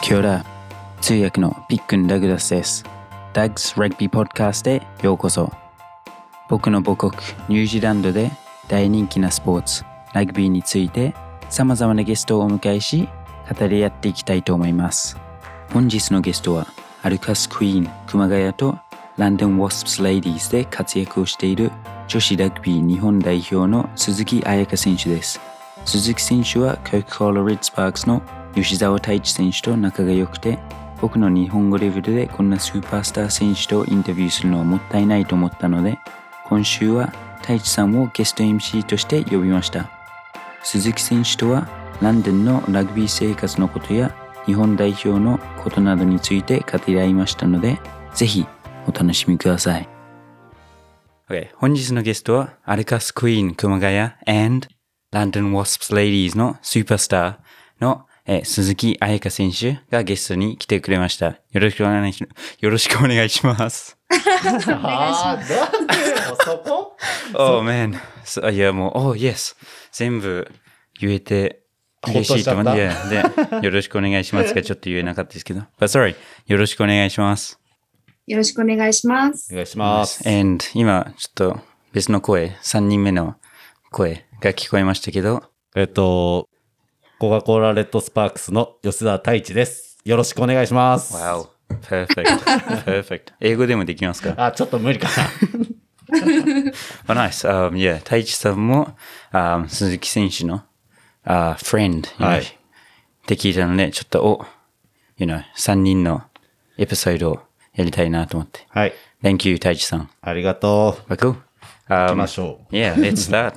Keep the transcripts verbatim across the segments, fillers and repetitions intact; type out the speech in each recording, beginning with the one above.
キョラ、通訳のピックン・ダグラスです。ダグス・ラグビー・ポッドキャストへようこそ。僕の母国ニュージーランドで大人気なスポーツ、ラグビーについて様々なゲストをお迎えし、語り合っていきたいと思います。本日のゲストは、アルカス・クイーン熊谷とランドン・ワスプス・レイディーズで活躍をしている女子ラグビー日本代表の鈴木彩香選手です。鈴木選手はコカ・コーラ・レッドスパークスの吉澤太一選手と仲が良くて、僕の日本語レベルでこんなスーパースター選手とインタビューするのはもったいないと思ったので、今週は太一さんをゲスト エムシー として呼びました。鈴木選手とはランドンのラグビー生活のことや日本代表のことなどについて語り合いましたので、ぜひお楽しみください。Okay, 本日のゲストはアルカスクイーン熊谷 and ランドン ワスプス レイディーズのスーパースターのえ鈴木彩香選手がゲストに来てくれました。よろしくお願いし、よろしくお願いします。 お願いします。あー、なんでそこ Oh man. So, いやもう、Oh yes. 全部言えて嬉しいと思って、で、よろしくお願いしますがちょっと言えなかったですけど。But sorry. よろしくお願いします。 よろしくお願いします。 お願いします。 And 今、ちょっと別の声、さんにんめの声が聞こえましたけど。 えっと、コカ・コーラレッドスパークスの吉澤太一です。よろしくお願いします。 Wow. Perfect. Perfect. 英語でもできますか？ あ、ちょっと無理かな。 oh, nice. Um, yeah. 太一さんも、um, 鈴木選手の、uh, friend、はい、って聞いたので、ちょっと、お、you know、さんにんのエピソードをやりたいなと思って。 はい。 Thank you, 太一さん。 ありがとう。 Cool. Um, 行きましょう。 Yeah, let's start.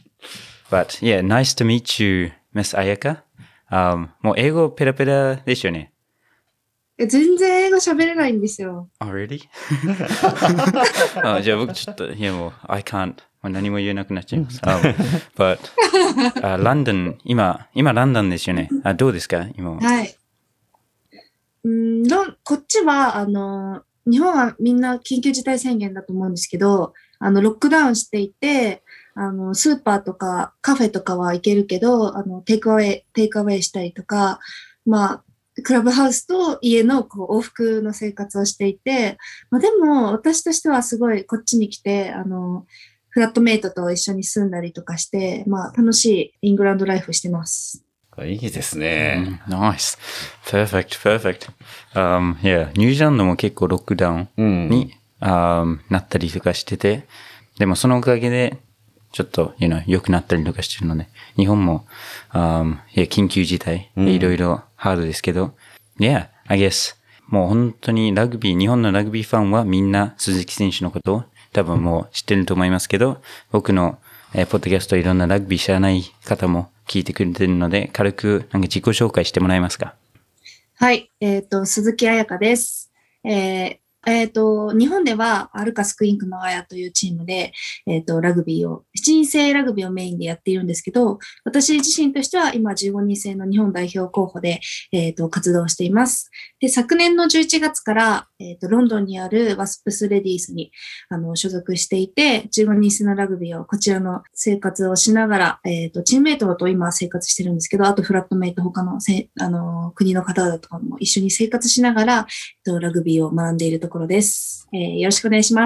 But yeah, nice to meet you, Miss Ayaka. Um, もう英語ペラペラでしょね。 全然英語喋れないんですよ。 Oh, really? あ、じゃあ僕ちょっと、いやもう、I can't. 何も言えなくなっちゃいます。um, but, あ、ランドン、今、今ランドンですよね。あ、どうですか今。 はい。うんロンこっちは、あの、日本はみんな緊急事態宣言だと思うんですけど、あの、ロックダウンしていて、あの、スーパーとかカフェとかは行けるけど、あの、テイクアウェイ、テイクアウェイしたりとか、まあ、クラブハウスと家のこう往復の生活をしていて、まあでも私としてはすごいこっちに来て、あの、フラットメイトと一緒に住んだりとかして、まあ楽しいイングランドライフしてます。 いいですね。 Mm, nice. Perfect, perfect. Um, yeah, ニュージーランドも結構ロックダウンに、うん、um, なったりとかしてて、でもそのおかげで、ちょっと、you know、良くなったりとかしてるので、日本も、um, いや緊急事態でいろいろハードですけど、うん、yeah, I guess、もう本当にラグビー、日本のラグビーファンはみんな鈴木選手のことを多分もう知ってると思いますけど、僕の、えー、ポッドキャストいろんなラグビー知らない方も聞いてくれてるので、軽くなんか自己紹介してもらえますか？ はい、えっと、鈴木彩香です。えーえっと、日本ではアルカスクイーン熊谷というチームで、えっと、ラグビーを、しちにん制ラグビーをメインでやっているんですけど、私自身としては今じゅうごにん制の日本代表候補で、えっと、活動しています。で、昨年のじゅういちがつから、えっと、ロンドンにあるワスプスレディースに、あの、所属していて、じゅうごにん制のラグビーをこちらの生活をしながら、えっと、チームメイトと今生活してるんですけど、あとフラットメイト他のせ、あの、国の方々とかも一緒に生活しながら、えっと、ラグビーを学んでいるところところです、えー。よろしくお願いします。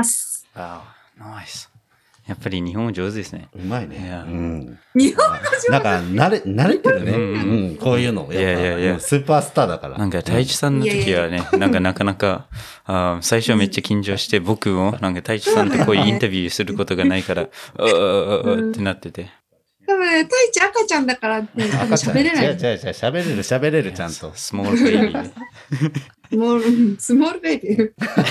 Wow, nice. やっぱり日本語上手ですね。 うまいね。 Yeah. うん、 日本語上手。 なんか慣れ、慣れてるね。うんうん、こういうの。 いやいやいや。 スーパースターだから。 なんか太一さんの時はね、なんかなかなか、あ最初めっちゃ緊張して、僕もなんか太一さんとこういうインタビューすることがないから、うーってなってて。 多分ね、太一赤ちゃんだからって、多分喋れない。 違う違う違う、喋れる喋れるちゃんと。 スモールベイビー。 スモール、スモールベイビー。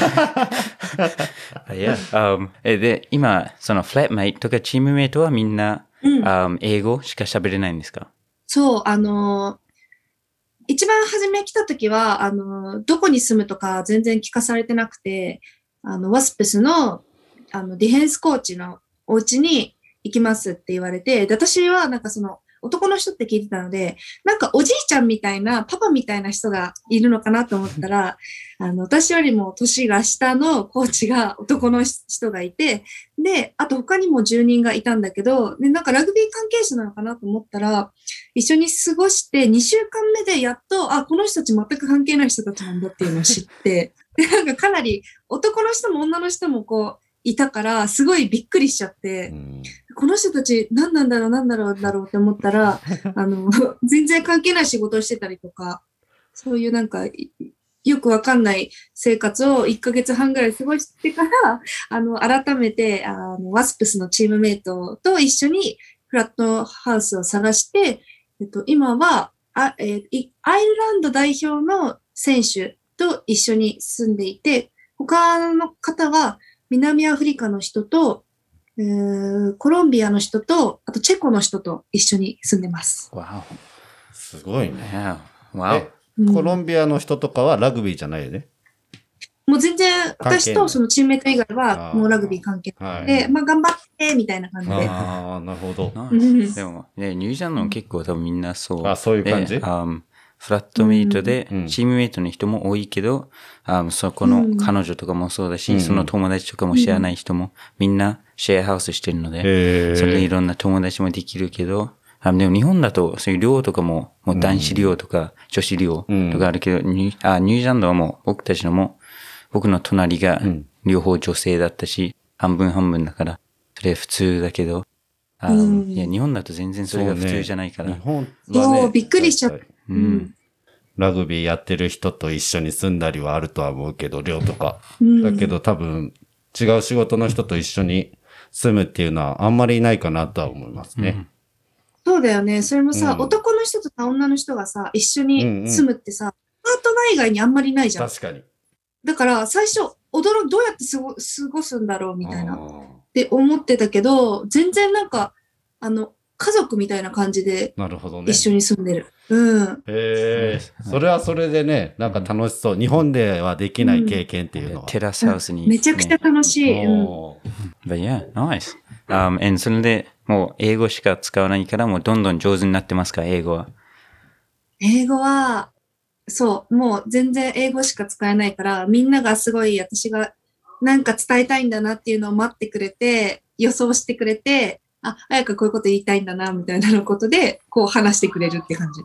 いや、um, えで、今、そのフラットメイトとかチームメイトはみんな、うん um, 英語しか喋れないんですか？ そう、あのー、一番初め来た時は、あのー、どこに住むとか全然聞かされてなくて、あの、ワスプスの、あの、ディフェンスコーチのお家に行きますって言われて、で、私はなんかその、 男の人って聞いてたので、なんかおじいちゃんみたいな、パパみたいな人がいるのかなと思ったら、あの、私よりも年が下のコーチが男の人がいて、で、あと他にもじゅうにんがいたんだけど、で、なんかラグビー関係者なのかなと思ったら、一緒に過ごしてにしゅうかんめでやっと、あ、この人たち全く関係ない人たちなんだっていうのを知って、で、なんかかなり男の人も女の人もこう、いたから、すごいびっくりしちゃって、うん、この人たち何なんだろう何だろうだろうって思ったら、あの、全然関係ない仕事をしてたりとか、そういうなんか、よくわかんない生活をいっかげつはんぐらい過ごしてから、あの、改めて、あの、ワスプスのチームメイトと一緒にフラットハウスを探して、えっと、今は、あえー、アイルランド代表の選手と一緒に住んでいて、他の方は、南アフリカの人と、えー、コロンビアの人と、あとチェコの人と一緒に住んでます。 わお。すごいね。 わお。コロンビアの人とかはラグビーじゃないよね。 もう全然、私とそのチームメイト以外はもうラグビー関係で、はい、まあ頑張ってみたいな感じで。 ああ、なるほど。 でも、ね、ニュージーランドも結構多分みんなそう。 あ、そういう感じ、 フラットメイトで、チームメイトの人も多いけど、うん、そこの彼女とかもそうだし、うん、その友達とかも知らない人も、みんなシェアハウスしてるので、それでいろんな友達もできるけど、あでも日本だとそういう寮とかも、もう男子寮とか女子寮とかあるけど、うん、ニュあニュージーランドはもう僕たちのも、僕の隣が両方女性だったし、半分半分だから、それ普通だけど、あ、うん、いや日本だと全然それが普通じゃないから。 ね、日本はね、 そう、びっくりしちゃった。 うん、ラグビーやってる人と一緒に住んだりはあるとは思うけど、寮とか。うん、だけど多分違う仕事の人と一緒に住むっていうのはあんまりいないかなとは思いますね。うん、 そうだよね。それもさ、うん、男の人とさ、女の人がさ、一緒に住むってさ、うんうん、パートナー以外にあんまりないじゃん。 確かに。 だから最初、驚どうやって過ご、過ごすんだろうみたいな。って思ってたけど、全然なんか、あの、家族みたいな感じで、なるほどね。一緒に住んでる。うん。 へえ、それはそれでね、なんか楽しそう。日本ではできない経験っていうのは。うん、 テラスハウスに、 ね。めちゃくちゃ楽しい。うん。 But yeah, nice. Um, and それでもう英語しか使わないから、もうどんどん上手になってますか、英語は。 英語は、そう、もう全然英語しか使えないから、みんながすごい私がなんか伝えたいんだなっていうのを待ってくれて、予想してくれて、あ、あやかこういうこと言いたいんだな、みたいなのことで、こう話してくれるって感じ。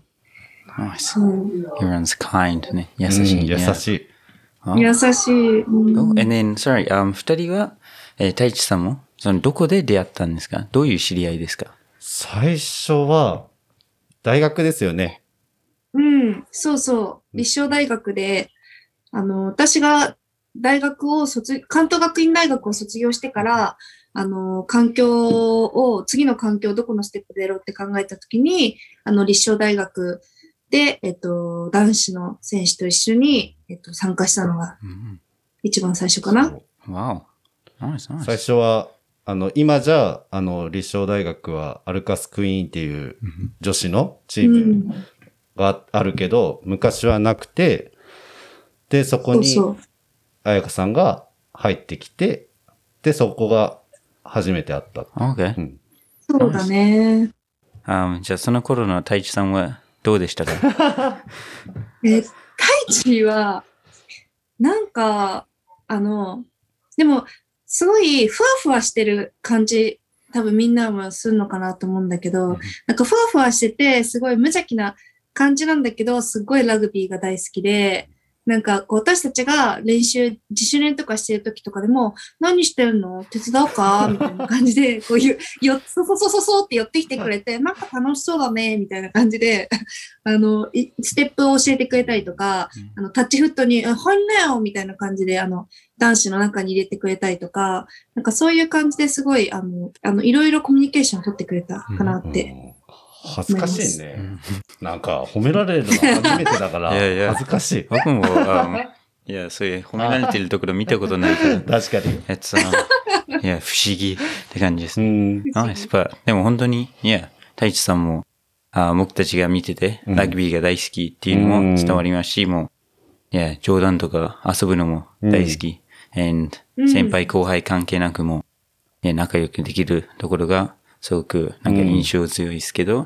Nice. Everyone's kind ね。優しい、 うん。優しい。 優しい。うん、 And then, sorry, um, 二人は、えー、太一さんも、その、どこで出会ったんですか？どういう知り合いですか？ 最初は、大学ですよね。 うん、そうそう。立正大学で、あの、私が大学を卒、関東学院大学を卒業してから、あの、環境を、次の環境をどこのステップでやろうって考えたときに、あの、立正大学で、えっと、男子の選手と一緒に、えっと、参加したのが、一番最初かな。 わお。ナイスナイス。 最初は、あの、今じゃ、あの、立正大学はアルカスクイーンっていう女子のチームがあるけど、うん、昔はなくて、で、そこに、彩香さんが入ってきて、で、そこが初めて会った。 Okay. うん、そうだね。 Um, じゃあ、その頃の太一さんはどうでしたか？ え、太一は、なんか、あの、でも、すごいふわふわしてる感じ、多分みんなもするのかなと思うんだけど、なんかふわふわしてて、すごい無邪気な感じなんだけど、すごいラグビーが大好きで、なんかこう私たちが練習、自主練とかしてる時とかでも、何してんの？手伝おうかみたいな感じで、こういう、よ、そそそそそって寄ってきてくれて、なんか楽しそうだね、みたいな感じで、あの、ステップを教えてくれたりとか、あの、タッチフットに、入んなよみたいな感じで、あの、男子の中に入れてくれたりとか、なんかそういう感じですごい、あの、あの、いろいろコミュニケーション取ってくれたかなって。うんうん、 恥ずかしいね。なんか褒められるの初めてだから恥ずかしい。いやいや僕も、あいや、そういう褒められてるところ見たことないから。 確かに。 えっと、いや、不思議って感じです。うん。ナイス。でも本当に、いや、太一さんも、あ僕たちが見てて、ラグビーが大好きっていうのも伝わりますし、うん、もう、いや、冗談とか遊ぶのも大好き。うん、and 先輩後輩関係なくも、いや、仲良くできるところが、すごくなんか印象強いですけど、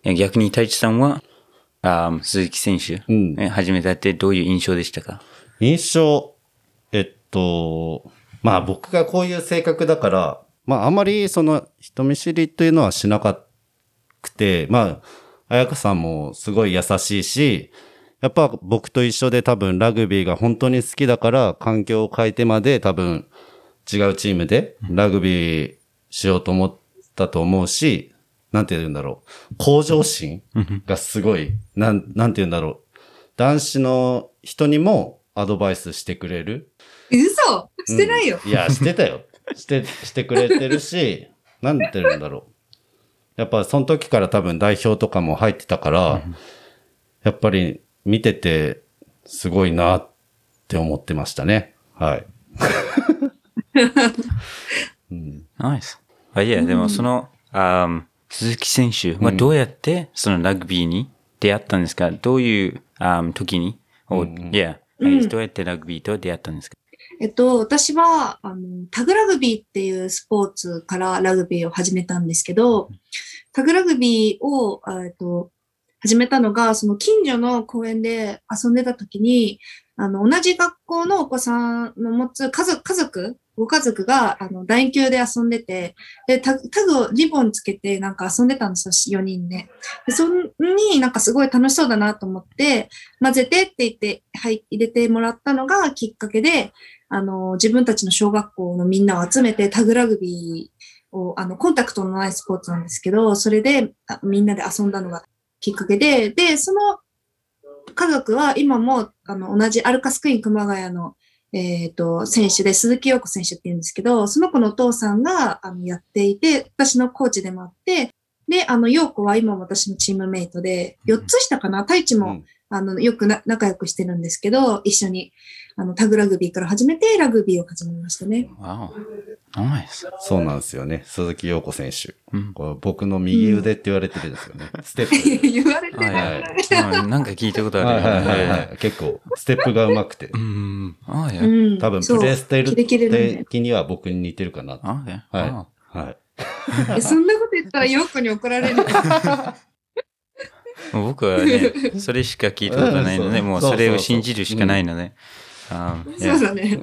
いや逆に太一さんは、あ鈴木選手、 うんえ始めたってどういう印象でしたか？ 印象、えっと、まあ僕がこういう性格だから、まああまりその人見知りというのはしなかくて、まあ、彩香さんもすごい優しいし、やっぱ僕と一緒で多分ラグビーが本当に好きだから環境を変えてまで多分違うチームでラグビーしようと思ったと思うし、なんて言うんだろう。向上心がすごい、なん、なんて言うんだろう。男子の人にもアドバイスしてくれる。 嘘してないよ。 うん、いや、してたよ。して、してくれてるし、なんて言うんだろう。やっぱその時から多分代表とかも入ってたから、やっぱり見ててすごいなって思ってましたね。はい。 うん、ナイス。あ、いや、でもその、あ鈴木選手はどうやってそのラグビーに出会ったんですか？どういうあ時に、お、いや、どうやってラグビーと出会ったんですか？ えっと、私は、あの、タグラグビーっていうスポーツからラグビーを始めたんですけど、タグラグビーを、えっと、始めたのが、その近所の公園で遊んでた時に、あの、同じ学校のお子さんの持つ家族、家族、ご家族が、あの、楕円球で遊んでて、で、タグ、タグをリボンつけてなんか遊んでたんですよ、よにんで。で、そんになんかすごい楽しそうだなと思って、混ぜてって言って、はい、入れてもらったのがきっかけで、あの、自分たちの小学校のみんなを集めてタグラグビーを、あの、コンタクトのないスポーツなんですけど、それでみんなで遊んだのがきっかけで、で、その家族は今も、あの、同じアルカスクイーン熊谷の、えっと、選手で、鈴木陽子選手って言うんですけど、その子のお父さんが、あの、やっていて、私のコーチでもあって、で、あの、陽子は今も私のチームメイトで、よっつ下かな、太一も、うん、あの、よくな仲良くしてるんですけど、一緒に、あの、タグラグビーから始めて、ラグビーを始めましたね。 わお。ナイス。 そうなんですよね。鈴木陽子選手。うん、これ僕の右腕って言われてるんですよね。うん、ステップ。 言われてない。 はい、なんか聞いたことあるよ、ね。 はいはいはい、はい。結構、ステップが上手くて。 うん。ああ、いや。 多分、プレースタイル的には僕に似てるかな。 ああ、いや。 はい。はい。 そんなこと言ったら陽子に怒られる。 僕はね、それしか聞いたことないので、もうそれを信じるしかないので。 Um, yeah. そうだね。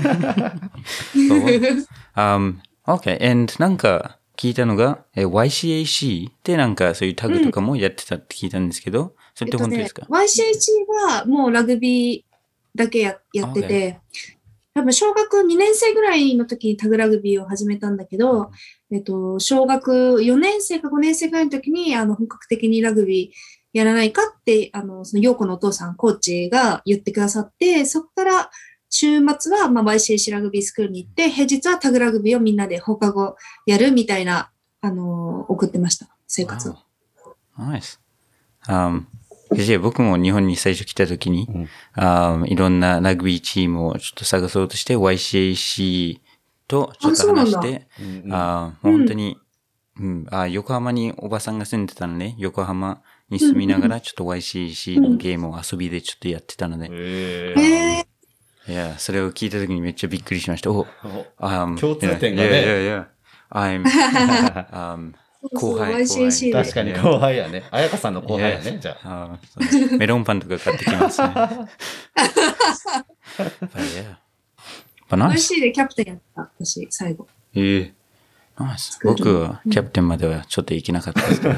um, OK, and なんか聞いたのが、ワイシーエーシー でなんかそういうタグとかもやってたって聞いたんですけど、うん、それって本当ですか？ えっとね、ワイシーエーシー はもうラグビーだけ や, やってて、多分小学にねん生ぐらいの時にタグラグビーを始めたんだけど、えっと、小学よねん生かごねん生ぐらいの時に、あの、本格的にラグビーやらないかって、あの、その、陽子のお父さん、コーチが言ってくださって、そこから週末は、まあ、ワイシーエーシー ラグビースクールに行って、平日はタグラグビーをみんなで放課後やるみたいな、あの、送ってました、生活を。 ナイス。僕も日本に最初来た時に、うん、いろんなラグビーチームをちょっと探そうとして、ワイシーエーシー とちょっと話して、ああ本当に、うん、あ横浜におばさんが住んでたので、横浜に住みながらちょっと ワイシーエーシー のゲームを遊びでちょっとやってたので、 へー、いや、それを聞いた時にめっちゃびっくりしました。お、 um, 共通点がね。 いやいやいや、I'm, um, 後輩。 後輩確かに後輩やね。彩香さんの後輩やね。じゃあ。メロンパンとか買ってきますね。 ワイシー でキャプテンやった、私、最後。 ええー。ナイス。僕はキャプテンまではちょっと行けなかったですけど。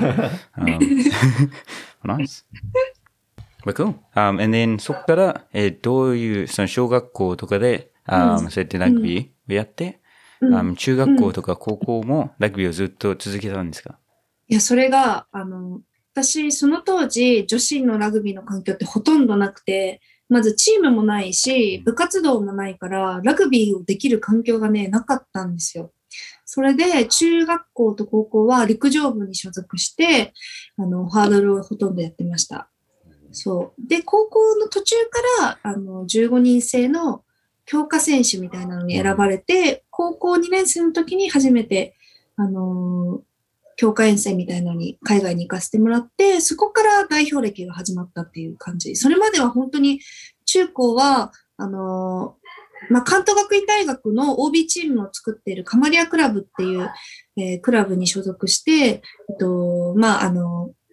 ナイス。But cool. Um, and then そこから、えー、どういう、その小学校とかで、um, うん、そうやってラグビーをやって、うん um, 中学校とか高校もラグビーをずっと続けたんですか？ いや、それが、あの、私、その当時、女子のラグビーの環境ってほとんどなくて、まずチームもないし、部活動もないから、ラグビーをできる環境がね、なかったんですよ。それで、中学校と高校は陸上部に所属して、あの、ハードルをほとんどやってました。そう。で、高校の途中から、あの、じゅうごにん制の強化選手みたいなのに選ばれて、高校にねん生の時に初めて、あの、強化遠征みたいなのに海外に行かせてもらって、そこから代表歴が始まったっていう感じ。それまでは本当に中高は、あの、まあ、関東学院大学の オービー チームを作っているカマリアクラブっていう、えー、クラブに所属して、えっと、まあ、あの、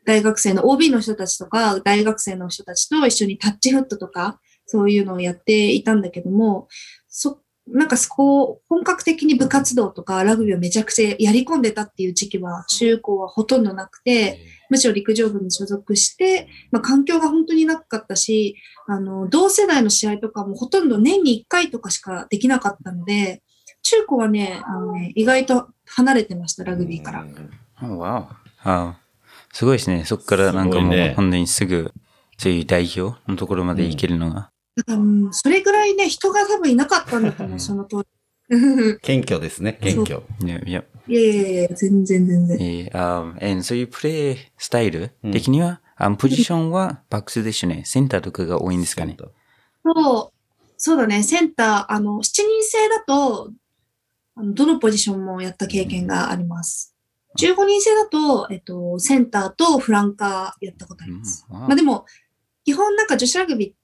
大学生の オービー の人たちとか、大学生の人たちと一緒にタッチフットとか、そういうのをやっていたんだけども、そ、なんかこう、本格的に部活動とかラグビーをめちゃくちゃやり込んでたっていう時期は、中高はほとんどなくて、むしろ陸上部に所属して、まあ環境が本当になかったし、あの、同世代の試合とかもほとんど年にいっかいとかしかできなかったので、中高はね、あのね、意外と離れてました、ラグビーから。 Oh, wow. あすごいですね。そこからなんかもう、ね、本当にすぐ、そういう代表のところまで行けるのが。 だから、うん、それぐらいね、人が多分いなかったんだと思う、その当時。 謙虚ですね、謙虚。 いやいや。 いやいやいや、全然全然。 えー、あー、そういうプレースタイル的には、うん、ポジションはバックスでしょね。センターとかが多いんですかね。 そう、そうだね、センター、あの、しちにん制だと、あのどのポジションもやった経験があります。じゅうごにん制だと、えっと、センターとフランカーやったことあります。うん、まあでも、基本なんか女子ラグビーって、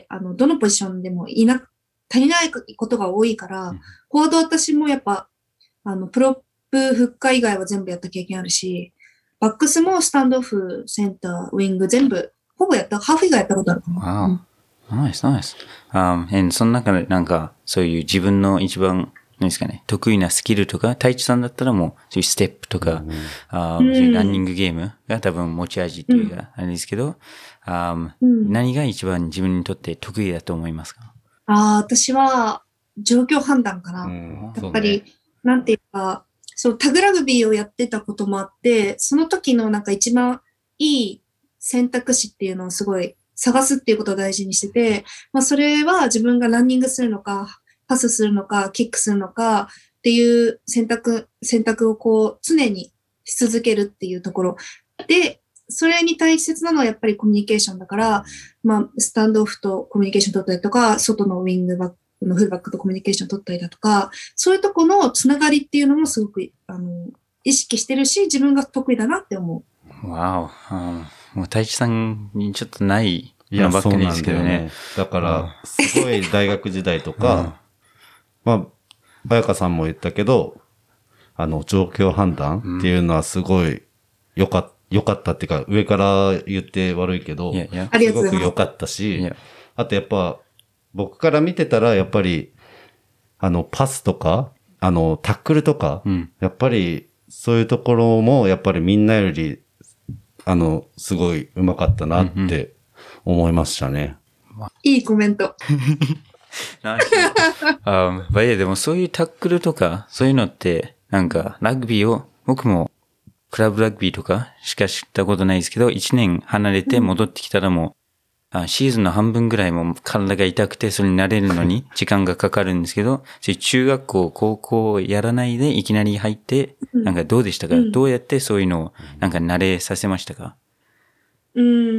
あの、どのポジションでもいな、足りないことが多いから、うん、フォワード私もやっぱ、あの、プロップ、フッカー以外は全部やった経験あるし、バックスもスタンドオフ、センター、ウィング全部、ほぼやった、ハーフ以外やったことあるかな。 ナイス、ナイス。あ、その中でなんか、そういう自分の一番、何ですかね、得意なスキルとか、太一さんだったらもう、そういうステップとか、うん、あそういうランニングゲームが多分持ち味というか、あれですけど、うん、あ何が一番自分にとって得意だと思いますか？ ああ、私は、状況判断かな。うん、やっぱり、ね、なんていうか、そう、タグラグビーをやってたこともあって、その時のなんか一番いい選択肢っていうのをすごい探すっていうことを大事にしてて、まあそれは自分がランニングするのか、パスするのか、キックするのかっていう選択、選択をこう常にし続けるっていうところで、それに大切なのはやっぱりコミュニケーションだから、まあスタンドオフとコミュニケーション取ったりとか、外のウィングバックのフルバックとコミュニケーション取ったりだとか、そういうとこのつながりっていうのもすごくあの意識してるし、自分が得意だなって思う。わお、もう太一さんにちょっとないのばっかりですけどね。 いや、そうなんだよね。だから、すごい大学時代とか、まあ、彩香さんも言ったけど、あの、状況判断っていうのはすごい良かった、良かったっていうか、上から言って悪いけど、すごく良かったし、あとやっぱ、僕から見てたら、やっぱり、あの、パスとか、あの、タックルとか、うん、やっぱり、そういうところも、やっぱりみんなより、あの、すごい上手かったなって思いましたね。 うんうん、いいコメント。 ああ、でもそういうタックルとか、そういうのって、なんか、ラグビーを、僕も、クラブラグビーとかしか知ったことないですけど、一年離れて戻ってきたらもう、うん、あシーズンの半分ぐらいも体が痛くて、それに慣れるのに時間がかかるんですけど、そういう中学校、高校やらないでいきなり入って、なんかどうでしたか、うん、どうやってそういうのを、なんか慣れさせましたか？ うん、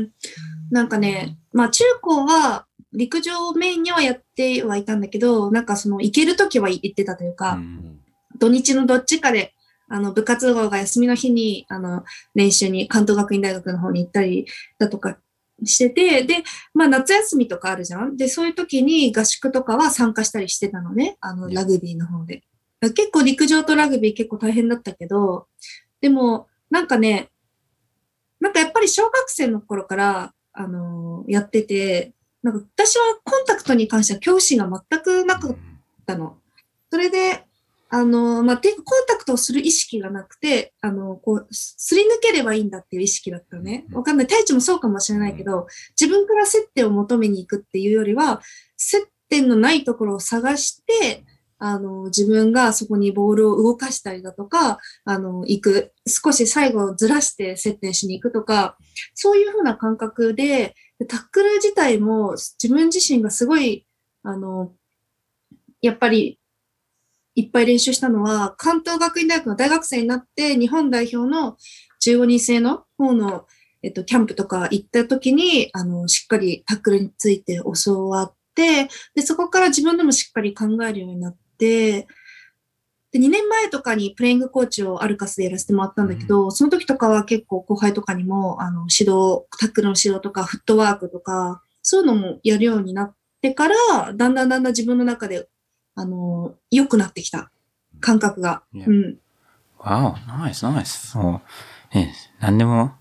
なんかね、まあ中高は、陸上メインにはやってはいたんだけど、なんかその行けるときは行ってたというか、うん、土日のどっちかで、あの部活動が休みの日に、あの練習に関東学院大学の方に行ったりだとかしてて、で、まあ夏休みとかあるじゃん。で、そういう時に合宿とかは参加したりしてたのね。あのラグビーの方で。結構陸上とラグビー結構大変だったけど、でもなんかね、なんかやっぱり小学生の頃から、あのー、やってて、なんか私はコンタクトに関しては恐怖心が全くなかったの。それで、あのー、まあ、コンタクトをする意識がなくて、あのー、こう、すり抜ければいいんだっていう意識だったのね。わかんない。太一もそうかもしれないけど、自分から接点を求めに行くっていうよりは、接点のないところを探して、あの、自分がそこにボールを動かしたりだとか、あの、行く。少し最後ずらして接点しに行くとか、そういうふうな感覚で、タックル自体も自分自身がすごい、あの、やっぱりいっぱい練習したのは、関東学院大学の大学生になって日本代表のじゅうごにん制の方の、えっと、キャンプとか行った時に、あの、しっかりタックルについて教わって、で、そこから自分でもしっかり考えるようになって、で、にねんまえとかにプレイングコーチをアルカスでやらせてもらったんだけど、うん、その時とかは結構後輩とかにも、あの、指導、タックルの指導とか、フットワークとか、そういうのもやるようになってから、だんだんだんだん自分の中で、あの、良くなってきた感覚が。 Yeah. うん。わお、ナイス、ナイス。そう。え、なんでも、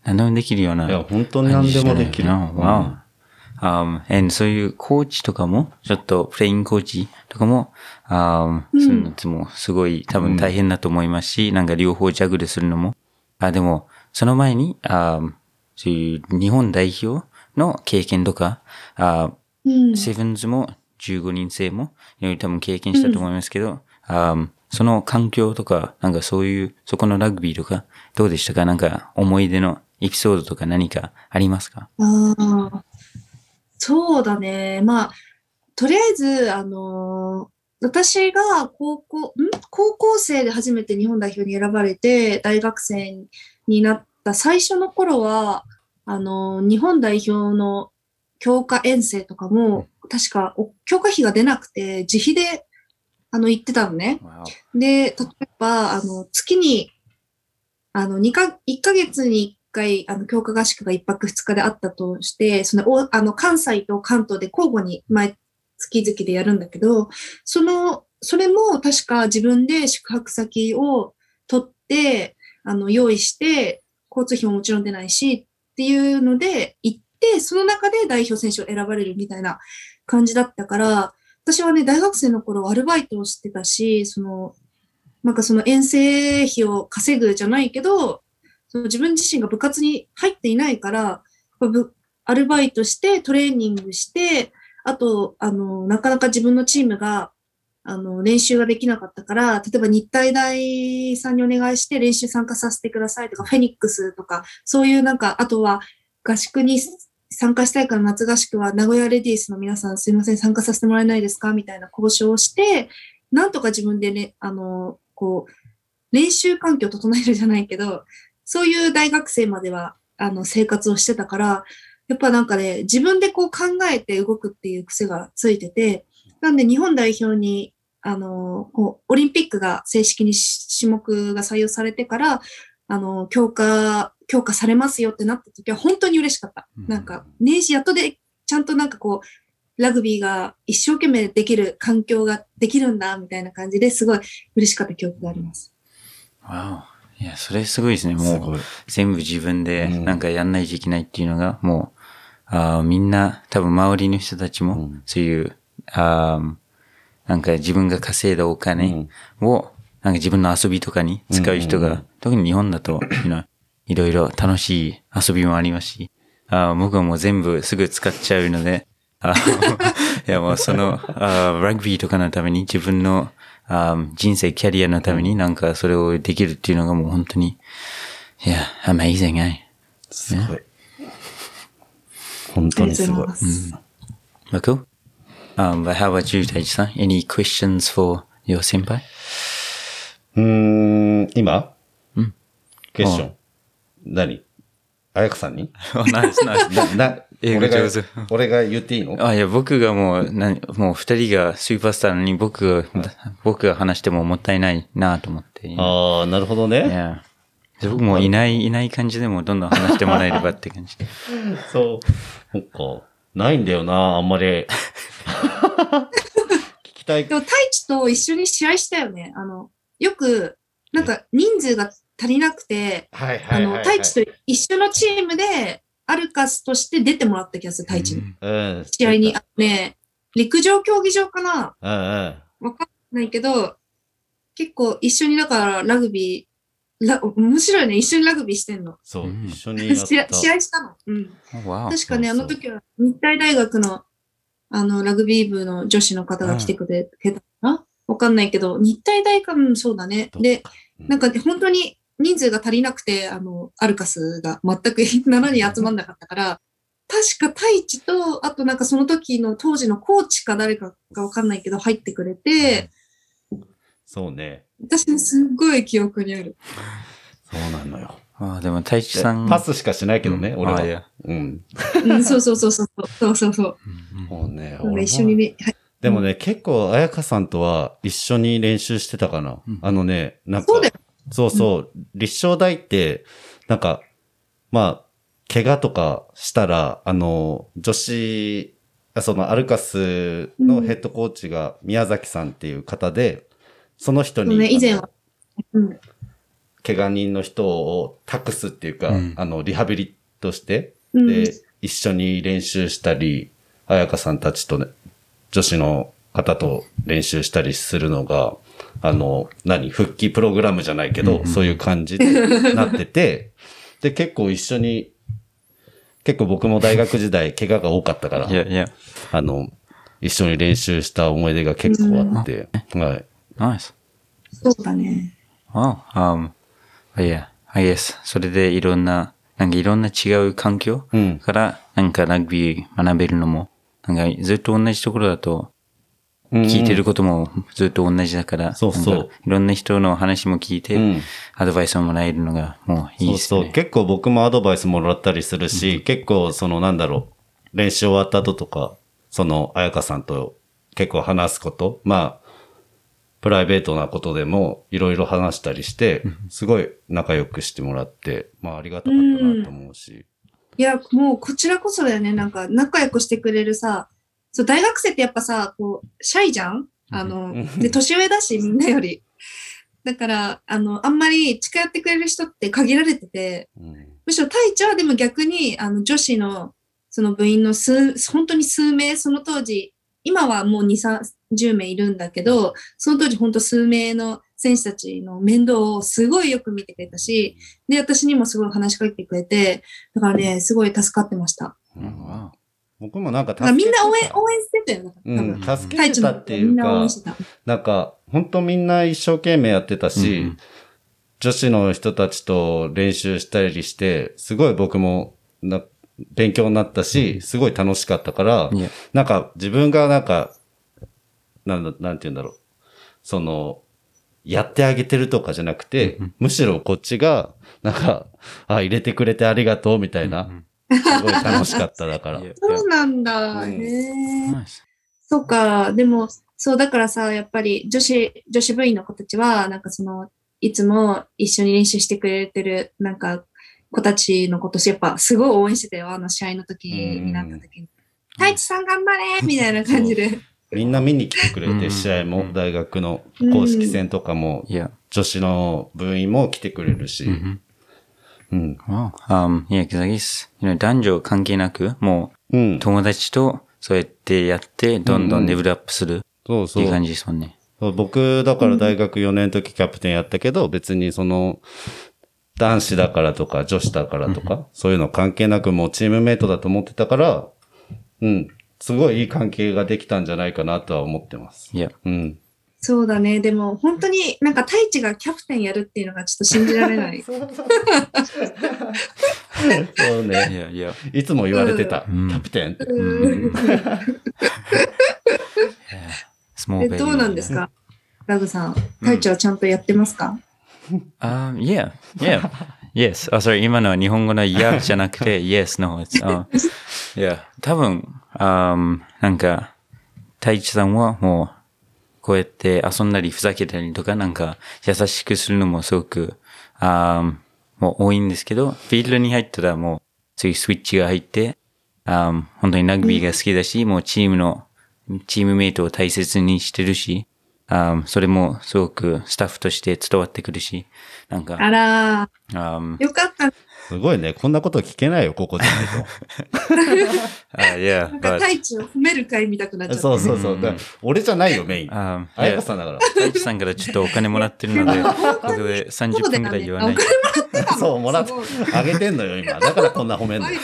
何でもできるような。 いや、本当に何でもできる。 わお。Um, and そういうコーチとかも、ちょっとプレイングコーチとかも、um, うん、 するのってもすごい多分大変だと思いますし、うん、なんか両方ジャグルするのも。あ、でも、その前に、um, そういう日本代表の経験とか、あうん、セブンズもじゅうごにん制も、多分経験したと思いますけど、うん、あその環境とか、なんかそういう、そこのラグビーとか、どうでしたか？なんか思い出のエピソードとか何かありますか？ ああ。そうだね。まあ、とりあえず、あのー、私が高校、ん高校生で初めて日本代表に選ばれて、大学生になった最初の頃は、あのー、日本代表の強化遠征とかも、確か、強化費が出なくて、自費で、あの、行ってたのね。で、例えば、あの、月に、あの、2か、いっかげつにいっかい、あの、強化合宿がいっぱくふつかであったとして、その、おあの、関西と関東で交互に毎月々でやるんだけど、その、それも確か自分で宿泊先を取って、あの、用意して、交通費ももちろん出ないし、っていうので行って、その中で代表選手を選ばれるみたいな感じだったから、私はね、大学生の頃アルバイトをしてたし、その、なんかその遠征費を稼ぐじゃないけど、その自分自身が部活に入っていないから、アルバイトしてトレーニングして、あと、あの、なかなか自分のチームが、あの、練習ができなかったから、例えば日体大さんにお願いして練習参加させてくださいとか、フェニックスとか、そういうなんか、あとは合宿に参加したいから夏合宿は名古屋レディースの皆さんすいません参加させてもらえないですかみたいな交渉をして、なんとか自分でね、あの、こう、練習環境を整えるじゃないけど、そういう大学生までは、あの、生活をしてたから、やっぱなんかね、自分でこう考えて動くっていう癖がついてて、なんで日本代表に、あの、こう、オリンピックが正式に種目が採用されてから、あの、強化、強化されますよってなった時は本当に嬉しかった。なんか、年始やっとで、ちゃんとなんかこう、ラグビーが一生懸命できる環境ができるんだ、みたいな感じですごい嬉しかった記憶があります。 わお。いや、それすごいですね。もう、全部自分でなんかやんないといけないっていうのが、もう、あみんな、多分周りの人たちも、そういう、あなんか自分が稼いだお金を、なんか自分の遊びとかに使う人が、特に日本だと、いろいろ楽しい遊びもありますし、あ僕はもう全部すぐ使っちゃうので、あいやもうそのあラグビーとかのために自分のあ人生、キャリアのためになんかそれをできるっていうのがもう本当に、いや、amazing, ね。 すごい。本当にすごい。 Cool. Um, but how about you, Taiji-san? Any questions for your senpai? うーん、今うん。 クエスチョン。何彩香さんにナイスナイス。 な、な、 英語上手。 俺が言っていいの？ あ、いや、僕がもう、なもう二人がスーパースターなのに僕が、僕が話してももったいないなと思って。 ああ、なるほどね。 いや。僕もいない、いない感じでもどんどん話してもらえればって感じ。 そう。そっか。ないんだよな、あんまり。聞きたい。 でも、太一と一緒に試合したよね。あの、よく、なんか人数が足りなくて、 はいはいはいはい、 あの、太一と一緒のチームで、アルカスとして出てもらった気がする、太一に。うん。試合に、あね、陸上競技場かな？うんうん。わかんないけど、結構一緒にだからラグビー、ラ面白いね。一緒にラグビーしてんの。 そう、一緒にやった。 試合したの。うん。 wow、 確かね、あの時は日体大学のあの、ラグビー部の女子の方が来てくれてたかな？わかんないけど、日体大かもそうだね。で、なんか、ね、本当に人数が足りなくて、あの、アルカスが全くしちにん集まんなかったから、確か太一と、あとなんかその時の当時のコーチか誰かかわかんないけど入ってくれて、 そうね。 私もすっごい記憶にある。 そうなのよ。 ああ、でも太一さん。 パスしかしないけどね、うん、俺は。 あいやうん。 うん、そうそうそうそう。そうそうそう。 もうね、 俺一緒にね。 はい、でもね、結構、彩香さんとは一緒に練習してたかな。うん、あのね、なんか、 そうだよ。 そうそう、立正大って、なんか、まあ、怪我とかしたら、あの、女子、そのアルカスのヘッドコーチが宮崎さんっていう方で、その人に、 ね、以前は。うん。 怪我人の人を託すっていうか、うん、あの、リハビリとして、 うん、 で、一緒に練習したり、彩香さんたちとね、女子の方と練習したりするのが、あの、何、復帰プログラムじゃないけど、うん、そういう感じでなってて、で、結構一緒に、結構僕も大学時代怪我が多かったから、 yeah, yeah. あの、一緒に練習した思い出が結構あって、うん、はい。 Nice. そうだね。 Oh, um, yeah, I guess. それでいろんな、なんかいろんな違う環境から、なんかラグビー学べるのも、なんかずっと同じところだと、聞いてることもずっと同じだから、 そうそう。 いろんな人の話も聞いて、うん、アドバイスをもらえるのがもういいですね。 そうそう。結構僕もアドバイスもらったりするし、うん、結構そのなんだろう、練習終わった後とか、その彩香さんと結構話すこと、まあ、プライベートなことでもいろいろ話したりして、すごい仲良くしてもらって、まあありがたかったなと思うし。 うん、いや、もうこちらこそだよね。なんか仲良くしてくれるさ、そう、大学生ってやっぱさ、こう、シャイじゃん？あの、で、年上だし、みんなより。だから、あの、あんまり近寄ってくれる人って限られてて、うん、むしろ太一はでも逆に、あの、女子の、その部員の数、本当に数名、その当時、今はもうに、さんじゅうめいいるんだけど、その当時本当数名の選手たちの面倒をすごいよく見てくれたし、で、私にもすごい話しかけてくれて、だからね、すごい助かってました。 うん、僕もなんか助けてた。みんな応援、応援してたよ。 うん、助けてたっていうか、なんか、本当みんな一生懸命やってたし、うん、女子の人たちと練習したりして、すごい僕もな、勉強になったし、すごい楽しかったから、 yeah. なんか自分がなんか、なんだ、なんて言うんだろう。その、やってあげてるとかじゃなくて、mm-hmm. むしろこっちが、なんか、あ、入れてくれてありがとうみたいな、mm-hmm. すごい楽しかっただから。 そうなんだ。 うん、 へー。そうか。でも、そうだからさ、やっぱり女子、女子部員の子たちは、なんかその、いつも一緒に練習してくれてる、なんか、子たちのことやっぱすごい応援してたよ。あの試合の時になった時に。太一さん頑張れみたいな感じで。 みんな見に来てくれて、試合も、大学の公式戦とかも、女子の部員も来てくれるし。 うん。Wow. Um, yeah, because I guess, you know, 男女関係なく、もう、友達とそうやってやって、どんどんレベルアップするっていう感じですもんね。 そうそう。僕、だから大学よねんの時キャプテンやったけど、別にその、男子だからとか女子だからとか、そういうの関係なくもうチームメイトだと思ってたから、うん、すごいいい関係ができたんじゃないかなとは思ってます。 いや、 うん。 そうだね。でも本当になんか太一がキャプテンやるっていうのがちょっと信じられない。 そうね。 いやいや。 いつも言われてた。うん、キャプテンって。うん、 え、どうなんですかラグさん。太一はちゃんとやってますか、 Um, yeah, yeah, yes. あ、それ今のは日本語の yeah じゃなくて yes の方です。Uh, yeah. 多分、um, なんか、太一さんはもう、こうやって遊んだりふざけたりとか、なんか、優しくするのもすごく、um, もう多いんですけど、フィールドに入ったらもう、そういうスイッチが入って、um, 本当にラグビーが好きだし、もうチームの、チームメイトを大切にしてるし、Um, それもすごくスタッフとして伝わってくるし、なんか。 あらー。 Um, よかった。 すごいね。こんなこと聞けないよ、ここじゃないと。 uh, yeah, なんか太一を褒める会見たくなっちゃった。 そうそうそう。俺じゃないよ、メイン。 あやかさんだから。 太一さんからちょっとお金もらってるので、ここでさんじゅっぷんくらい言わない。 お金もらってたそう、もらって、あげてんのよ、今。だからこんな褒めんのよ。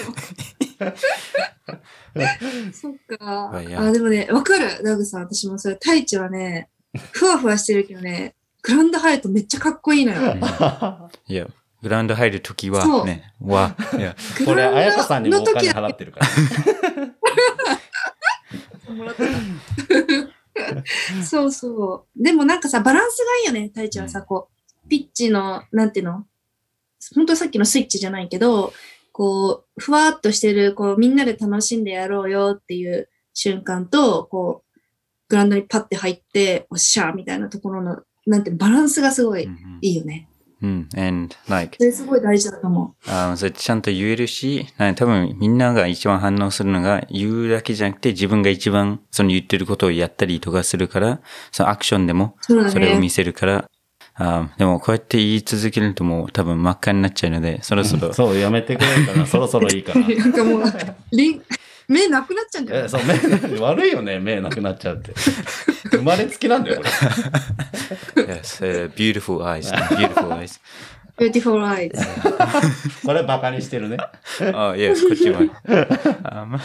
そっか。あ、でもね、わかる。ダグさん、私もそれ、太一はね、ふわふわしてるけどね、グラウンド入るとめっちゃかっこいいのよ。 いや、グラウンド入るときはね、わ、いや。 これ、あやかさんにもお金払ってるから。 もらったそうそう。でもなんかさ、バランスがいいよね、太一はさ、こう、ピッチの、なんていうの本当さっきのスイッチじゃないけど、こう、ふわっとしてる、こう、みんなで楽しんでやろうよっていう瞬間と、こう、グラウンドにパッて入って、おっしゃーみたいなところの、なんてバランスがすごいいいよね。 うん、うん、and like それすごい大事だと思う。 あ、それちゃんと言えるし、多分みんなが一番反応するのが言うだけじゃなくて、自分が一番その言ってることをやったりとかするから、そのアクションでもそれを見せるから、 あでもこうやって言い続けるともう多分真っ赤になっちゃうので、そろそろ。 そう、やめてくれるかな。そろそろいいかな。 なんかもう、リン目なくなっちゃうんじゃない？ え、そう、目、悪いよね、目なくなっちゃうって。生まれつきなんだよ、これ。 yes, uh, beautiful eyes, beautiful eyes. Beautiful eyes. これバカにしてるね。 Oh, yes, こっちも。um,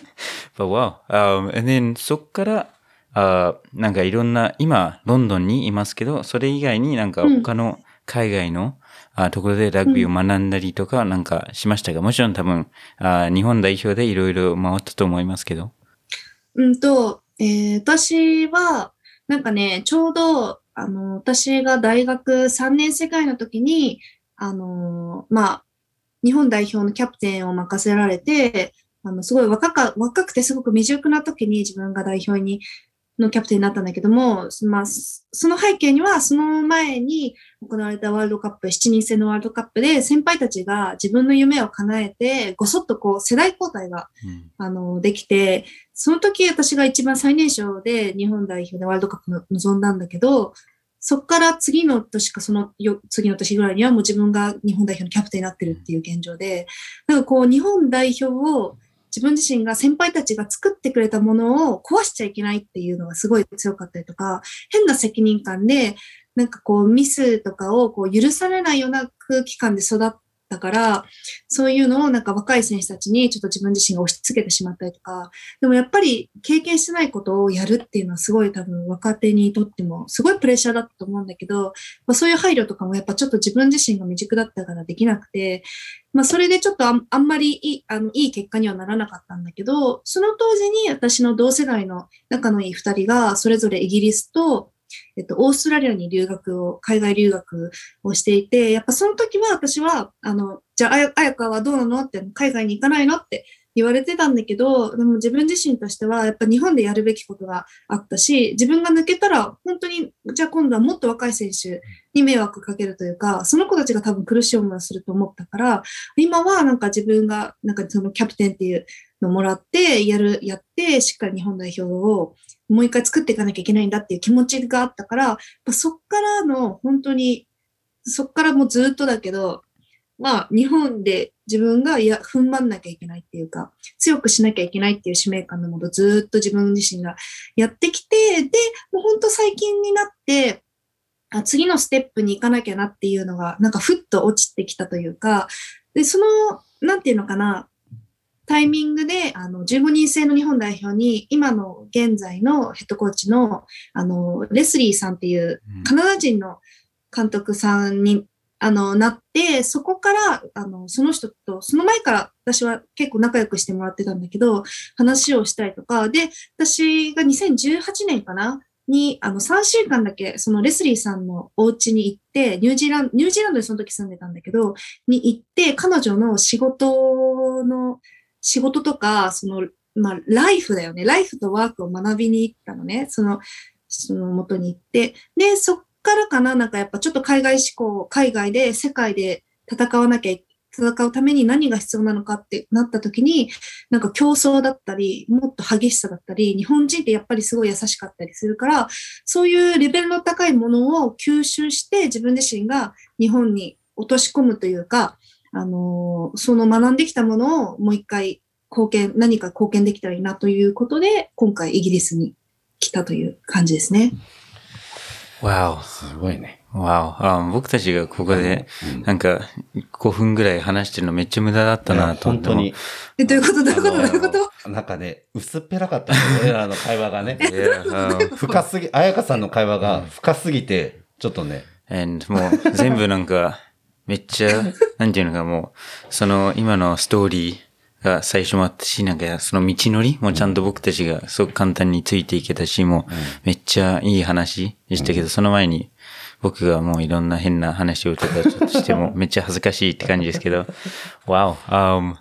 but wow. Um, and then そっから、あなんかいろんな、今、ロンドンにいますけど、それ以外になんか他の海外の、うん、あところでラグビーを学んだりとかなんかしましたが、もちろん多分、あ日本代表でいろいろ回ったと思いますけど。 うんと、えー、私は、なんかね、ちょうど、あの、私が大学さんねん生ぐらいの時に、あの、まあ、日本代表のキャプテンを任せられて、あの、すごい若か、若くてすごく未熟な時に自分が代表に、のキャプテンになったんだけども、まあ、その背景には、その前に行われたワールドカップ、しちにん制のワールドカップで、先輩たちが自分の夢を叶えて、ごそっとこう、世代交代が、うん、あの、できて、その時私が一番最年少で日本代表でワールドカップの臨んだんだけど、そっから次の年かそのよ次の年ぐらいにはもう自分が日本代表のキャプテンになってるっていう現状で、なんかこう日本代表を自分自身が先輩たちが作ってくれたものを壊しちゃいけないっていうのがすごい強かったりとか、変な責任感で、なんかこうミスとかをこう許されないような空気感で育ったから、そういうのをなんか若い選手たちにちょっと自分自身が押し付けてしまったりとか、でもやっぱり経験してないことをやるっていうのはすごい多分若手にとってもすごいプレッシャーだったと思うんだけど、まあ、そういう配慮とかもやっぱちょっと自分自身が未熟だったからできなくて、まあそれでちょっと あ, あんまりいい、あの、いい結果にはならなかったんだけど、その当時に私の同世代の仲のいい二人がそれぞれイギリスとえっと、オーストラリアに留学を、海外留学をしていて、やっぱその時は私は、あの、じゃあ、あやかはどうなのって、海外に行かないのって言われてたんだけど、でも自分自身としては、やっぱ日本でやるべきことがあったし、自分が抜けたら、本当に、じゃあ今度はもっと若い選手に迷惑かけるというか、その子たちが多分苦しい思いをすると思ったから、今はなんか自分が、なんかそのキャプテンっていうのをもらって、やる、やって、しっかり日本代表を、もう一回作っていかなきゃいけないんだっていう気持ちがあったから、そっからの本当に、そっからもうずっとだけど、まあ日本で自分がいや踏ん張んなきゃいけないっていうか、強くしなきゃいけないっていう使命感のもとずっと自分自身がやってきて、で、もう本当最近になって、あ次のステップに行かなきゃなっていうのが、なんかふっと落ちてきたというか、で、その、なんていうのかな、タイミングで、あの、じゅうごにん制の日本代表に、今の現在のヘッドコーチの、あの、レスリーさんっていう、カナダ人の監督さんに、あの、なって、そこから、あの、その人と、その前から私は結構仲良くしてもらってたんだけど、話をしたりとか、で、私がにせんじゅうはちねんかなに、あの、さんしゅうかんだけ、そのレスリーさんのお家に行って、ニュージーランド、ニュージーランドにその時住んでたんだけど、に行って、彼女の仕事の、仕事とか、その、まあ、ライフだよね。ライフとワークを学びに行ったのね。その、その元に行って。で、そっからかな、なんかやっぱちょっと海外志向、海外で世界で戦わなきゃ、戦うために何が必要なのかってなった時に、なんか競争だったり、もっと激しさだったり、日本人ってやっぱりすごい優しかったりするから、そういうレベルの高いものを吸収して自分自身が日本に落とし込むというか、あの、その学んできたものをもう一回貢献、何か貢献できたらいいなということで、今回イギリスに来たという感じですね。 わお。 すごいね。 わお。あ、僕たちがここで、なんか、ごふんぐらい話してるのめっちゃ無駄だったなと思って。 本当に。 え、どういうことどういうことどういうことなんかね、薄っぺらかったね。俺らの会話がね。深すぎ、彩香さんの会話が深すぎて、ちょっとね。 And もう全部なんか、めっちゃ、なんていうのかもう、その今のストーリーが最初もあったし、なんかその道のりもちゃんと僕たちがすごく簡単についていけたし、もうめっちゃいい話でしたけど、その前に僕がもういろんな変な話をとかちょっとしてもめっちゃ恥ずかしいって感じですけど、Wow, um,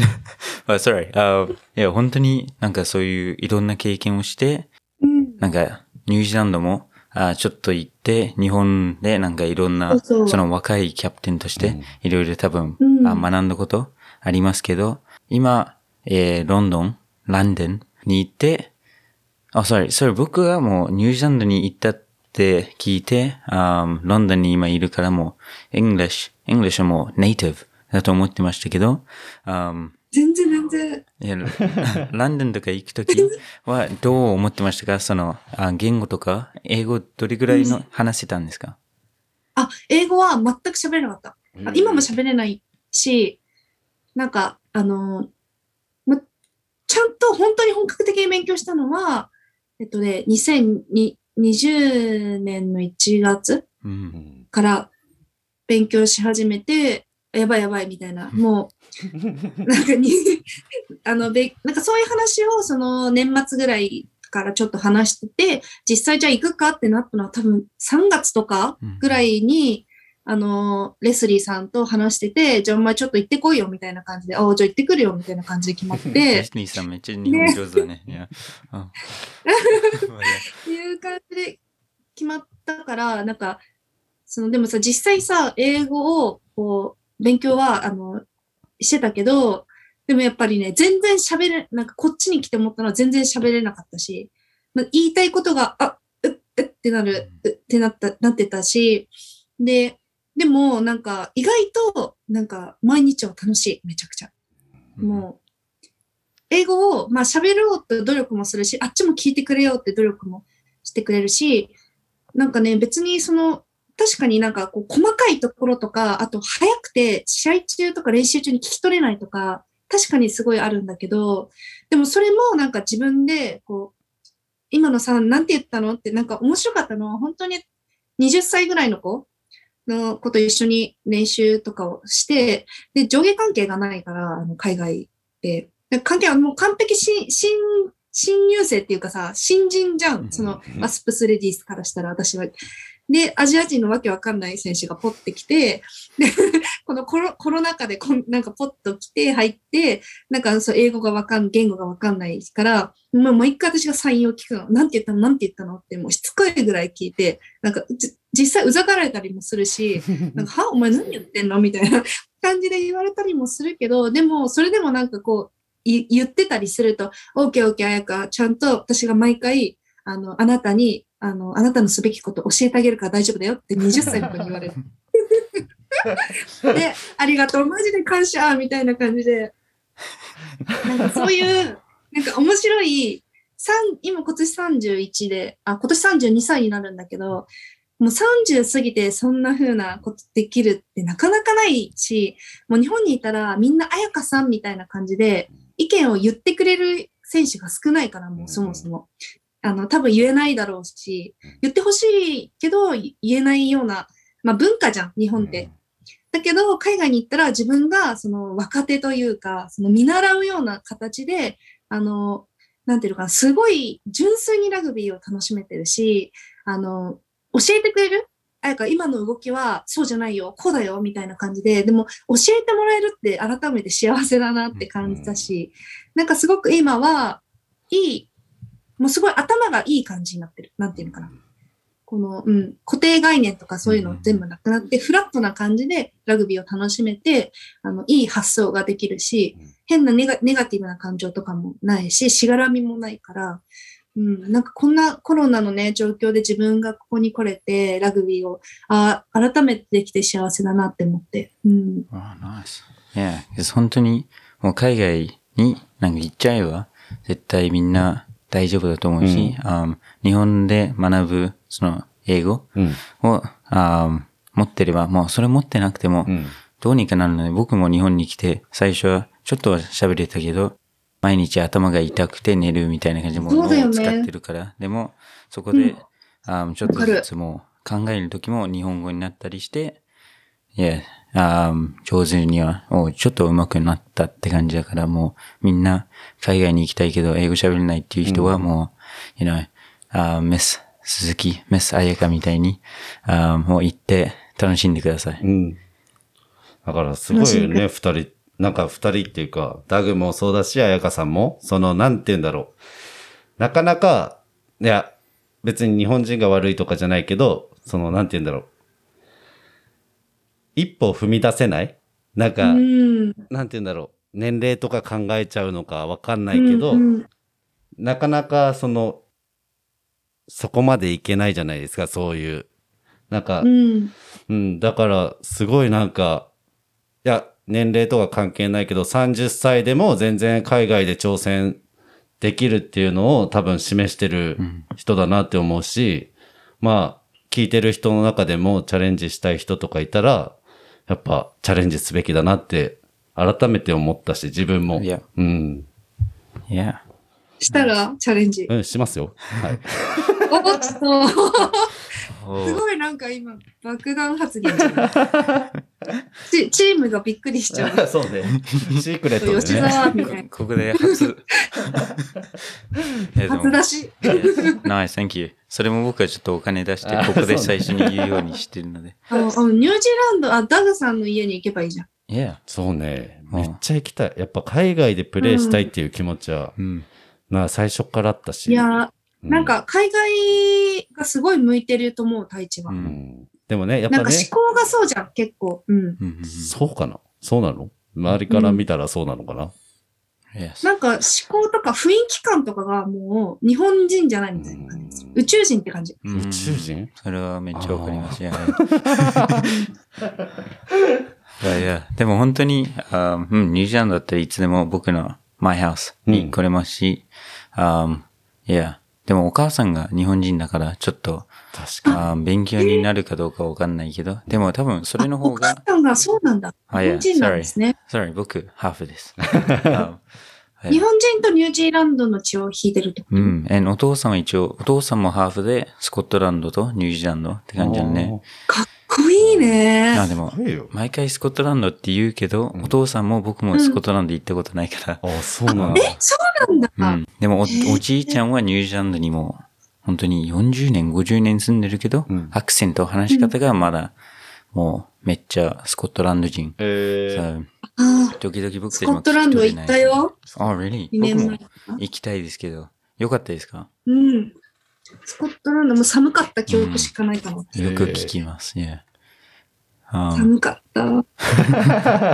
sorry, uh, いや本当になんかそういういろんな経験をして、なんかニュージーランドもあちょっと行って、日本でなんかいろんな、その若いキャプテンとして、いろいろ多分、うん、あ学んだことありますけど、今、えー、ロンドン、ランドンに行って、あ、sorry, sorry, 僕がもうニュージーランドに行ったって聞いて、um, ロンドンに今いるからもう、English、English はもうネイティブだと思ってましたけど、um, 全然全然。 いやランドンとか行くときはどう思ってましたか？その、あ言語とか、英語どれぐらいの話せたんですか？ あ、英語は全く喋れなかった。あ今も喋れないし、なんか、あの、ま、ちゃんと本当に本格的に勉強したのは、えっとね、にせんにじゅうねんのいちがつから勉強し始めて、やばいやばいみたいな、もう、なんかに、あの、べ、なんかそういう話をその年末ぐらいからちょっと話してて、実際じゃあ行くかってなったのは多分さんがつとかぐらいに、あの、レスリーさんと話してて、じゃあお前ちょっと行ってこいよみたいな感じで、ああ、じゃあ行ってくるよみたいな感じで決まって。レスリーさんめっちゃ日本上手だね。いや。 っていう感じで決まったから、なんか、その、でもさ、実際さ、英語を、こう、勉強は、あの、してたけど、でもやっぱりね、全然喋れ、なんかこっちに来て思ったのは全然喋れなかったし、まあ、言いたいことが、あ、うっ、うってなる、うってなった、なってたし、で、でもなんか意外となんか毎日は楽しい、めちゃくちゃ。もう、英語を、まあ喋ろうと努力もするし、あっちも聞いてくれよって努力もしてくれるし、なんかね、別にその、確かになんかこう細かいところとか、あと早くて試合中とか練習中に聞き取れないとか、確かにすごいあるんだけど、でもそれもなんか自分で、こう、今のさ、なんて言ったのってなんか面白かったのは、本当にはたちぐらいの子の子と一緒に練習とかをして、で、上下関係がないから、あの海外で。関係はもう完璧新、新、新入生っていうかさ、新人じゃん。その、アスプスレディースからしたら私は。で、アジア人のわけわかんない選手がポッて来て、で、このコロコロナ禍でこんなんかポッと来て入って、なんかそう英語がわかん、言語がわかんないから、もう毎回私がサインを聞くの。なんて言ったのなんて言ったのってもうしつこいぐらい聞いて、なんか実際うざがられたりもするし、なんかはお前何言ってんのみたいな感じで言われたりもするけど、でもそれでもなんかこう、言ってたりすると、オーケーオーケーあやか、ちゃんと私が毎回、あの、あなたに、あの、あなたのすべきこと教えてあげるから大丈夫だよってはたちの子に言われる。で、ありがとう、マジで感謝みたいな感じで。なんかそういう、なんか面白い、今今年さんじゅういちで、あ、今年さんじゅうにさいになるんだけど、もうさんじゅう過ぎてそんな風なことできるってなかなかないし、もう日本にいたらみんなあやかさんみたいな感じで意見を言ってくれる選手が少ないから、もうそもそも。あの、多分言えないだろうし、言ってほしいけど言えないような、まあ文化じゃん、日本って。だけど、海外に行ったら自分がその若手というか、その見習うような形で、あの、なんていうのかな、すごい純粋にラグビーを楽しめてるし、あの、教えてくれるあやか、今の動きはそうじゃないよ、こうだよ、みたいな感じで、でも教えてもらえるって改めて幸せだなって感じたし、なんかすごく今は、いい、もうすごい頭がいい感じになってる。なんていうのかな。この、うん、固定概念とかそういうの全部なくなって、フラットな感じでラグビーを楽しめて、あの、いい発想ができるし、変なネガ、ネガティブな感情とかもないし、しがらみもないから、うん、なんかこんなコロナのね、状況で自分がここに来れて、ラグビーを、あ、改めてできて幸せだなって思って。うん。 あ、ナイス。いや、本当に、もう海外になんか行っちゃえば、絶対みんな大丈夫だと思うし、うん、日本で学ぶ、その、英語を、うん、持ってれば、もうそれ持ってなくても、どうにかなるので、僕も日本に来て、最初はちょっとは喋れたけど、毎日頭が痛くて寝るみたいな感じでもう脳を使ってるから、ね、でもそこで、うん、ちょっとずつもう考えるときも日本語になったりして、いや、上手にはちょっと上手くなったって感じだから、もうみんな海外に行きたいけど英語喋れないっていう人はもう、うん、you know、uh, ミス鈴木、ミス彩香みたいに、uh, もう行って楽しんでください。 うん、だからすごいよね、二人。なんか二人っていうか、ダグもそうだし、彩香さんも、その、なんて言うんだろう。なかなか、いや、別に日本人が悪いとかじゃないけど、その、なんて言うんだろう。一歩踏み出せないなんか、んなんて言うんだろう。年齢とか考えちゃうのかわかんないけど、うんうん、なかなかその、 そこまでいけないじゃないですか、そういう。なんか、 うん。 うん、だから、すごいなんか、いや、年齢とか関係ないけど、さんじゅっさいでも全然海外で挑戦できるっていうのを多分示してる人だなって思うし、うん、まあ、聞いてる人の中でもチャレンジしたい人とかいたら、やっぱチャレンジすべきだなって改めて思ったし、自分も。 Yeah. うん。 いや。 したらチャレンジ。 うん、しますよ。はい。 おっと。すごいなんか今、爆弾発言じゃないチ, チームがびっくりしちゃう。 そうね。シークレットでね。 吉沢みたいな。 ここで初。 初出し。 ナイス、thank you。それも僕はちょっとお金出して、ここで最初に言うようにしてるので。 あのニュージーランド、あ、ダグさんの家に行けばいいじゃん。 Yeah. そうね。めっちゃ行きたい。やっぱ海外でプレイしたいっていう気持ちは、うん、な最初からあったし。 いや、なんか海外がすごい向いてると思う、太一は。 うん、でもね、やっぱね。 なんか思考がそうじゃん、結構。うん。 そうかな？そうなの？周りから見たらそうなのかな？ うん、なんか思考とか雰囲気感とかがもう日本人じゃないみたいな感じ。宇宙人って感じ。 宇宙人？ それはめっちゃわかりますよね。いやいや、でも本当に、あうん、ニュージーランドだったらいつでも僕のマイハウスに来れますし、うん、あいや、でもお母さんが日本人だからちょっと確かに勉強になるかどうかわかんないけど、でも多分それの方が。 お母さんがそうなんだ。日本人なんですね。 sorry, sorry 僕、ハーフです。 日本人とニュージーランドの血を引いてるってこと？ うん。お父さんは一応、お父さんもハーフで、スコットランドとニュージーランドって感じだね。 かっこいいね。 あ、でも、毎回スコットランドって言うけど、お父さんも僕もスコットランド行ったことないから。 うん、あ、そうなんだ。 え、そうなんだ。 うん。でもお、おじいちゃんはニュージーランドにも、本当によんじゅうねん、ごじゅうねん住んでるけど、うん、アクセント、話し方がまだ、もう、めっちゃスコットランド人。 えー、 時々僕たちもスコットランド行ったよ。 あ、really? 僕も行きたいですけど。よかったですか？ うん。スコットランドも寒かった記憶しかないかも。 うん、よく聞きます。Yeah. 寒かった。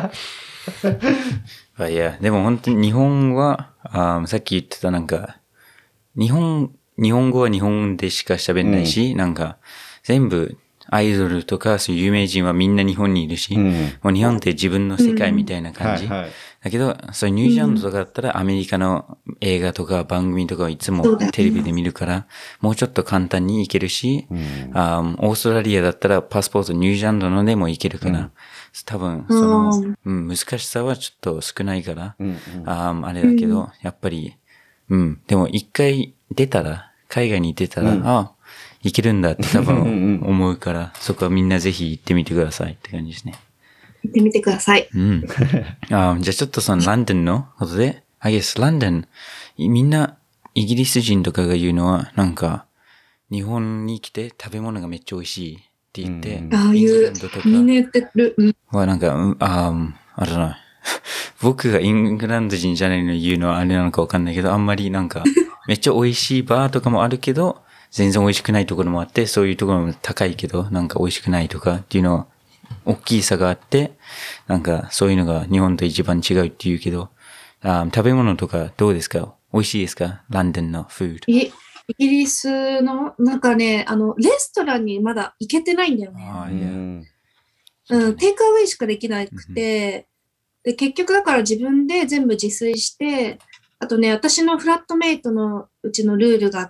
いや、でも本当に日本は、あさっき言ってたなんか、日本、日本語は日本でしか喋んないし、うん、なんか、全部、アイドルとか、そういう有名人はみんな日本にいるし、うん、もう日本って自分の世界みたいな感じ。うんはいはい、だけど、そういうニュージーランドとかだったらアメリカの映画とか番組とかをいつもテレビで見るから、もうちょっと簡単に行けるし、うん、あオーストラリアだったらパスポートニュージーランドのでも行けるから、うん、多分、その、うん、難しさはちょっと少ないから、うんうん、あ, あれだけど、やっぱり、うん、でも一回出たら、海外に出たら、うん、あいけるんだって多分思うから、そこはみんなぜひ行ってみてくださいって感じですね。 行ってみてください。 うん。あじゃあちょっとそのランドンのことで、I guess ランドン、みんなイギリス人とかが言うのは、なんか、日本に来て食べ物がめっちゃ美味しいって言って、うん、 ああいう、みんな言ってる。うん、 はなんか、ああれだな。僕がイングランド人じゃないの言うのはあれなのかわかんないけど、あんまりなんか、めっちゃ美味しいバーとかもあるけど、全然美味しくないところもあって、そういうところも高いけど、なんか美味しくないとかっていうのは、大きい差があって、なんかそういうのが日本と一番違うっていうけど、あ食べ物とかどうですか？美味しいですか？ランドンのフード。 イギリスの、なんかね、あの、レストランにまだ行けてないんだよね。あいやうん、テイクアウェイしかできなくて、で、結局だから自分で全部自炊して、あとね、私のフラットメイトのうちのルールがあって、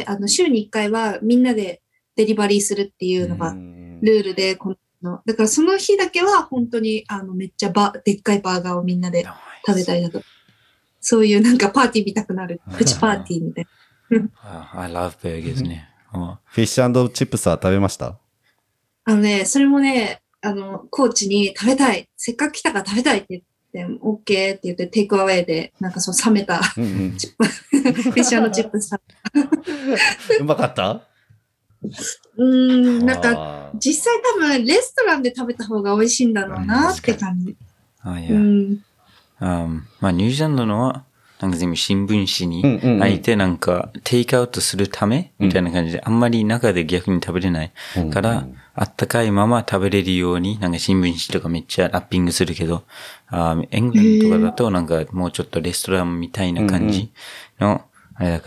あの、週にいっかいはみんなでデリバリーするっていうのがルールで、この、だからその日だけは本当に、あの、めっちゃバ、でっかいバーガーをみんなで食べたりだと。そういうなんかパーティー見たくなる。プチパーティーみたいな。I love burgers ね。 フィッシュ&チップスは食べました？ あのね、それもね、あの、コーチに食べたい。せっかく来たから食べたいって言って、オッケーって言ってテイクアウェイでなんかそう冷めたチップ、フィッシュ&チップス。 うまかった？ うーん、なんか実際多分レストランで食べた方が美味しいんだろうなって感じ。 あいや。うん。あまあニュージーランドのはなんか全部新聞紙に入ってなんかテイクアウトするためみたいな感じであんまり中で逆に食べれないから。あったかいまま食べれるように、なんか新聞紙とかめっちゃラッピングするけど、あエングランドとかだとなんかもうちょっとレストランみたいな感じの、あれだから、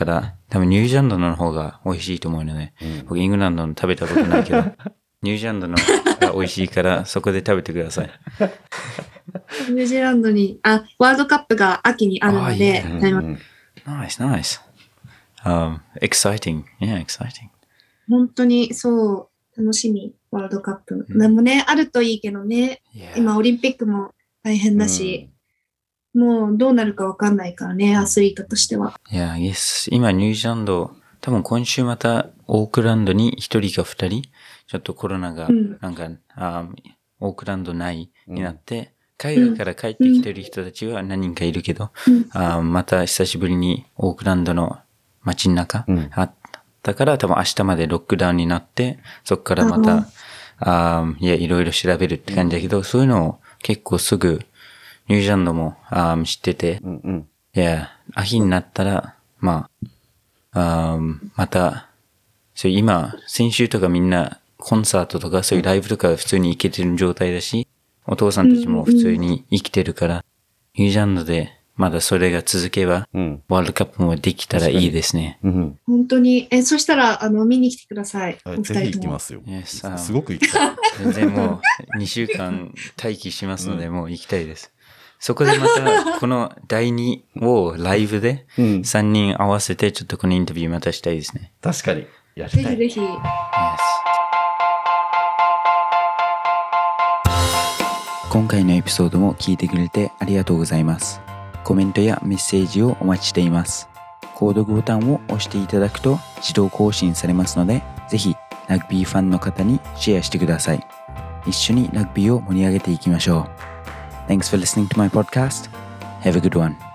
多分ニュージーランドの方が美味しいと思うので、うん、僕イングランドの食べたことないけど、ニュージーランドのが美味しいからそこで食べてください。 ニュージーランドに、あ、ワールドカップが秋にあるので、 oh, yeah. Nice, nice.Um, exciting. Yeah, exciting. 本当にそう、楽しみ、ワールドカップ。うん、でもね、あるといいけどね、yeah. 今オリンピックも大変だし、うん、もうどうなるかわかんないからね、アスリートとしては。 いや、yes. 今ニュージーランド、多分今週またオークランドに一人か二人、ちょっとコロナがなんか、うん、あオークランド内になって、うん、海外から帰ってきてる人たちは何人かいるけど、うん、あまた久しぶりにオークランドの街の中、うん、あったから多分明日までロックダウンになって、そこからまた、あいや、いろいろ調べるって感じだけど、そういうのを結構すぐニュージーランドもあ知ってて、うんうん、いや、秋になったら、まあ、あまた、そう今、先週とかみんなコンサートとかそういうライブとか普通に行けてる状態だし、お父さんたちも普通に生きてるから、うんうん、ニュージーランドでまだそれが続けば、うん、ワールドカップもできたらいいですね。 うん、本当に。え、そしたら、あの、見に来てください。 ぜひ行きますよ。Yes, すごく行きたい。 全然もうにしゅうかん待機しますので、もう行きたいです。そこでまた、このだいにをライブでさんにん合わせて、ちょっとこのインタビューまたしたいですね。 確かに。やりたい。 ぜひぜひ。 Yes.今回のエピソードも聞いてくれてありがとうございます。コメントやメッセージをお待ちしています。購読ボタンを押していただくと自動更新されますので、ぜひラグビーファンの方にシェアしてください。一緒にラグビーを盛り上げていきましょう。Thanks for listening to my podcast. Have a good one.